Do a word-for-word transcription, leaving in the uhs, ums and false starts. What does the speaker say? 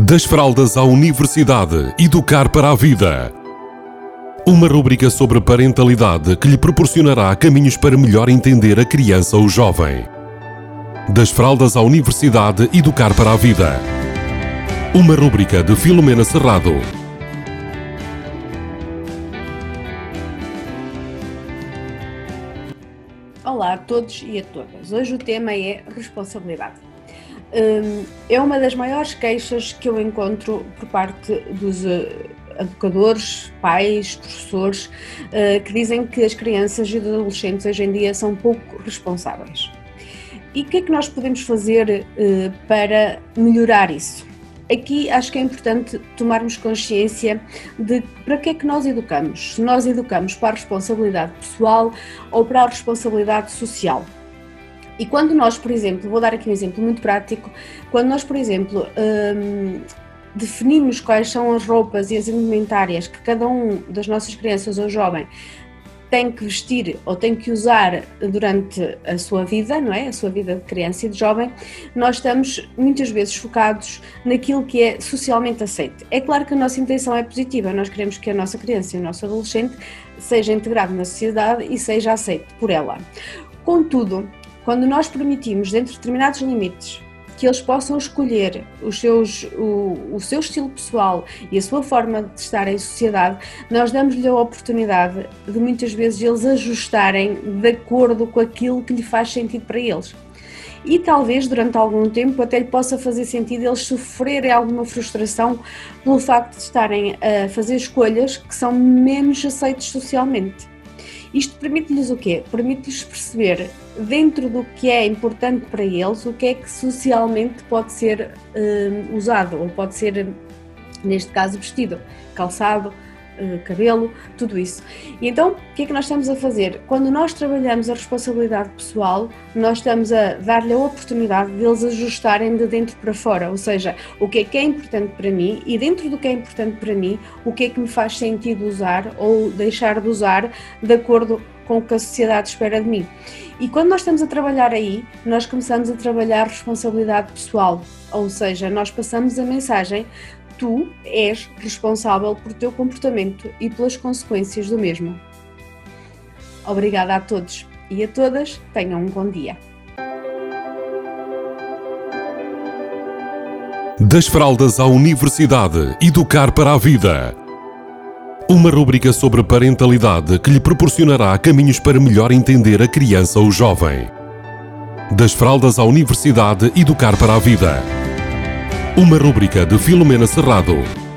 Das fraldas à universidade, educar para a vida. Uma rúbrica sobre parentalidade que lhe proporcionará caminhos para melhor entender a criança ou jovem. Das fraldas à universidade, educar para a vida. Uma rúbrica de Filomena Serrado. Olá a todos e a todas. Hoje o tema é responsabilidade. É uma das maiores queixas que eu encontro por parte dos educadores, pais, professores, que dizem que as crianças e os adolescentes hoje em dia são pouco responsáveis. E o que é que nós podemos fazer para melhorar isso? Aqui acho que é importante tomarmos consciência de para que é que nós educamos. Se nós educamos para a responsabilidade pessoal ou para a responsabilidade social. E quando nós, por exemplo, vou dar aqui um exemplo muito prático, quando nós, por exemplo, hum, definimos quais são as roupas e as indumentárias que cada um das nossas crianças ou jovem tem que vestir ou tem que usar durante a sua vida, não é? A sua vida de criança e de jovem, nós estamos muitas vezes focados naquilo que é socialmente aceito. É claro que a nossa intenção é positiva, nós queremos que a nossa criança e o nosso adolescente seja integrado na sociedade e seja aceito por ela. Contudo, quando nós permitimos, dentro de determinados limites, que eles possam escolher os seus, o, o seu estilo pessoal e a sua forma de estar em sociedade, nós damos-lhe a oportunidade de muitas vezes eles ajustarem de acordo com aquilo que lhe faz sentido para eles. E talvez durante algum tempo até lhe possa fazer sentido eles sofrerem alguma frustração pelo facto de estarem a fazer escolhas que são menos aceitas socialmente. Isto permite-lhes o quê? Permite-lhes perceber, dentro do que é importante para eles, o que é que socialmente pode ser uh, usado, ou pode ser, neste caso, vestido, calçado, uh, cabelo, tudo isso. E então, o que é que nós estamos a fazer? Quando nós trabalhamos a responsabilidade pessoal, nós estamos a dar-lhe a oportunidade de eles ajustarem de dentro para fora, ou seja, o que é que é importante para mim e dentro do que é importante para mim, o que é que me faz sentido usar ou deixar de usar de acordo com o que a sociedade espera de mim. E quando nós estamos a trabalhar aí, nós começamos a trabalhar responsabilidade pessoal, ou seja, nós passamos a mensagem: tu és responsável por teu comportamento e pelas consequências do mesmo. Obrigada a todos e a todas, tenham um bom dia. Das fraldas à universidade, educar para a vida. Uma rúbrica sobre parentalidade que lhe proporcionará caminhos para melhor entender a criança ou jovem. Das fraldas à universidade, educar para a vida. Uma rúbrica de Filomena Serrado.